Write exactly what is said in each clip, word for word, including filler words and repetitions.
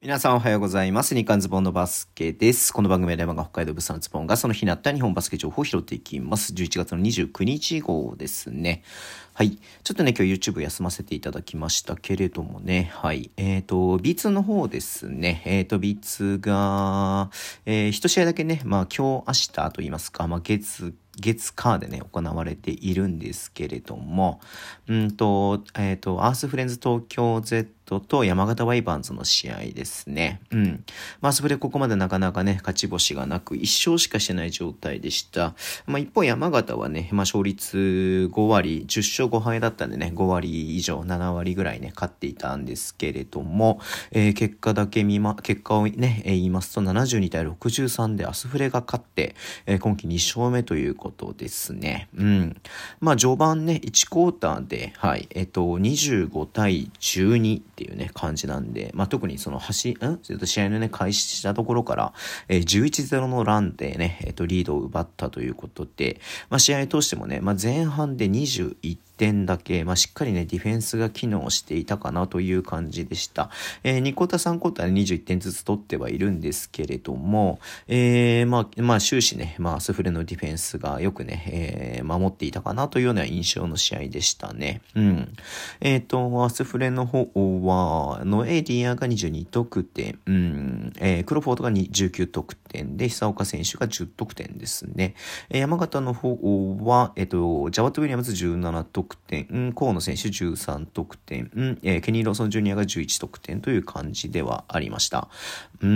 皆さんおはようございます。日刊ズボンのバスケです。この番組は山が北海道物産のズボンがその日にあった日本バスケ情報を拾っていきます。じゅういちがつのにじゅうくにち号ですね。はい。ちょっとね、今日 YouTube 休ませていただきましたけれどもね。はい。えっ、ー、と、ビーツー の方ですね。えっ、ー、と、ビーツー が、えー、一試合だけね、まあ今日、明日と言いますか、まあ月、月火でね、行われているんですけれども、うんと、えっ、ー、と、アースフレンズ東京 Z と山形ワイバーンズの試合ですね。うん。まあ、それでここまでなかなかね、勝ち星がなく、いっ勝しかしてない状態でした。まあ、一方山形はね、まあ、勝率ごわり、じゅっしょうごはいだったんでね、ごわり以上、ななわりぐらいね、勝っていたんですけれども、えー、結果だけ見ま、結果をね、えー、言いますと、ななじゅうにたいろくじゅうさんでアスフレが勝って、えー、今季にしょうめということですね。うん。まあ、序盤ね、いちクォーターで、はい、えっと、にじゅうごたいじゅうにっていうね、感じなんで、まあ、特にその、走、ん試合のね、開始したところから、えー、じゅういちたいゼロのランでね、えっと、リードを奪ったということで、まあ、試合通してもね、まあ、前半でにじゅういってんだけ、まあ、しっかりね、ディフェンスが機能していたかなという感じでした。えー、にクォーターさんクォーターでにじゅういってんずつ取ってはいるんですけれども、えー、まあ、まあ、終始ね、まあ、アスフレのディフェンスがよくね、えー、守っていたかなというような印象の試合でしたね。うん。えっと、アスフレの方は、のエディアがにじゅうにとくてん、うん、えー、クロフォードがじゅうきゅうとくてんで、久岡選手がじゅっとくてんですね。えー、山形の方は、えっと、ジャワット・ウィリアムズじゅうななとくてん、うん、河野選手じゅうさんとくてん、うん、えー、ケニー・ローソン・ジュニアがじゅういちとくてんという感じではありました。うん。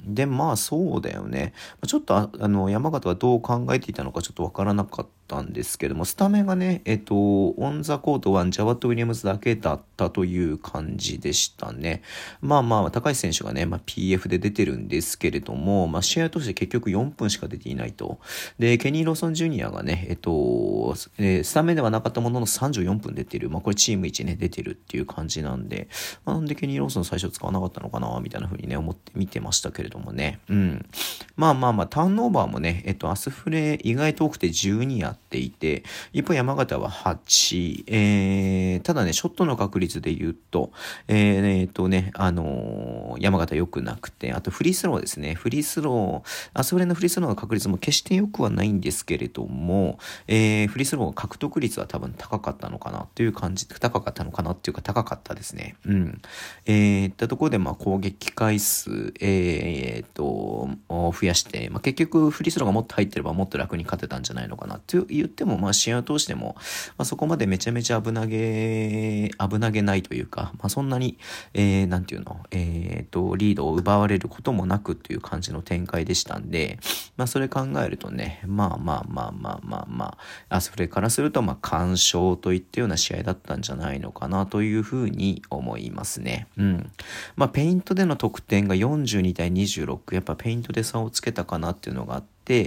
で、まあそうだよね。ちょっとあ、あの、山形はどう考えていたのかちょっとわからなかったんですけども、スタメンがね、えっと、オンザコートはジャワット・ウィリアムズだけだったという感じでしたね。まあまあ、高橋選手がね、まあ ピーエフ で出てるんですけれども、まあ試合として結局よんぷんしか出ていないと。で、ケニー・ローソン・ジュニアがね、えっと、えー、スタメンではなかったもののさんじゅうよんぷん出てる。まあこれチームいちね、出てるっていう感じなんで、まあ、なんでケニー・ローソン最初使わなかったのかな、みたいな風にね、思って見てましたけれどもね。うん。まあまあまあ、ターンオーバーもね、えっと、アスフレ意外と多くてじゅうにやっていて、一方山形ははち、えー、ただね、ショットの確率で言うと、えー、えー、っとね、あのー、山形良くなくて、あとフリースローですね。フリースロー、アスフレのフリースローの確率も決して良くはないんですけれども、えー、フリースロー獲得率は多分高かったのかなっていう感じ、高かったのかなっていうか高かったですね。うん。えー、ったところで、まあ、攻撃回数、えー、っと、増やして、まあ、結局フリースローがもっと入ってればもっと楽に勝てたんじゃないのかなって言っても、まあ、試合を通しても、まあ、そこまでめちゃめちゃ危なげ、危なげないというか、まあ、そんなに、えー、なんていうの、えー、っと、リードを奪われることもなくっていう感じの展開でしたんで、まあ、それ考えるとね、まあまあまあまあまあまあ、アスフレからすると、まあ、完勝といったような試合だったんじゃないのかなというふうに思いますね。うん。まあ、ペイントでの得点がよんじゅうにたいにじゅうろく、やっぱペイントで差をつけたかなっていうのがあって、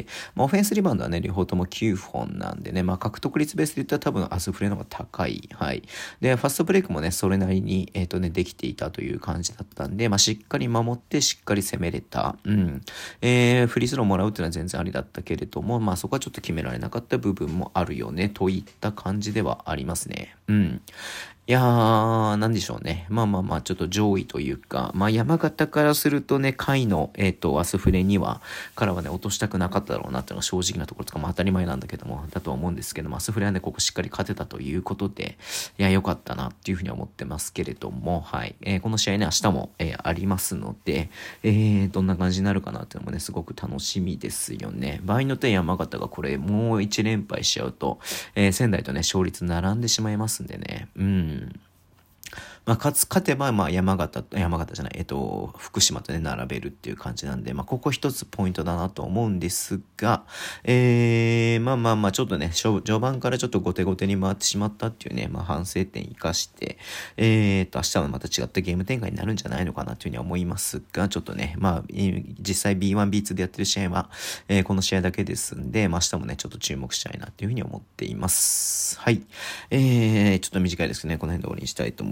まあ、オフェンスリバウンドはね、両方ともきゅうほんなんでね、まあ、獲得率ベースで言ったら多分アスフレの方が高い。はい。で、ファストブレイクもね、それなりに、えっとね、できていたという感じだったんで、まあ、しっかり守って、しっかり攻めれた。うん。えー、フリースローもらうっていうのは全然ありだったけれども、まあ、そこはちょっと決められなかった部分もあるよね、といった感じではありますね。うん。いやー、なんでしょうね。まあまあまあ、ちょっと上位というか、まあ山形からするとね、下位の、えっと、アスフレには、からはね、落としたくなかっただろうなっていうのが正直なところとか、まあ当たり前なんだけども、だとは思うんですけども、アスフレはね、ここしっかり勝てたということで、いや、良かったなっていうふうには思ってますけれども、はい。えー、この試合ね、明日も、えー、ありますので、えー、どんな感じになるかなっていうのもね、すごく楽しみですよね。場合によっては山形がこれ、もういち連敗しちゃうと、えー、仙台とね、勝率並んでしまいますんでね、うん。まあ、勝つ、勝てば、まあ、山形、山形じゃない、えっと、福島とね、並べるっていう感じなんで、まあ、ここ一つポイントだなと思うんですが、えー、まあまあまあ、ちょっとね、序盤からちょっと後手後手に回ってしまったっていうね、まあ、反省点生かして、えーと、明日はまた違ったゲーム展開になるんじゃないのかなというふうには思いますが、ちょっとね、まあ、実際 ビーワン、ビーツー でやってる試合は、えー、この試合だけですんで、まあ、明日もね、ちょっと注目したいなっていうふうに思っています。はい。えー、ちょっと短いですけどね、この辺で終わりにしたいと思います。 。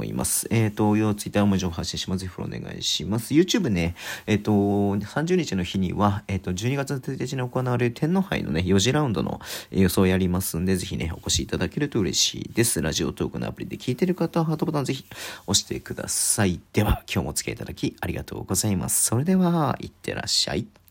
えっ、ー、と、ツイッターも情報発信します。ぜひフォローお願いします。YouTube ね、えっ、ー、と、さんじゅうにちの日には、えっ、ー、と、じゅうにがつついたちに行われる天皇杯のね、よじラウンドの予想をやりますんで、ぜひね、お越しいただけると嬉しいです。ラジオトークのアプリで聞いてる方は、ハートボタンぜひ押してください。では、今日もお付き合いいただきありがとうございます。それでは、いってらっしゃい。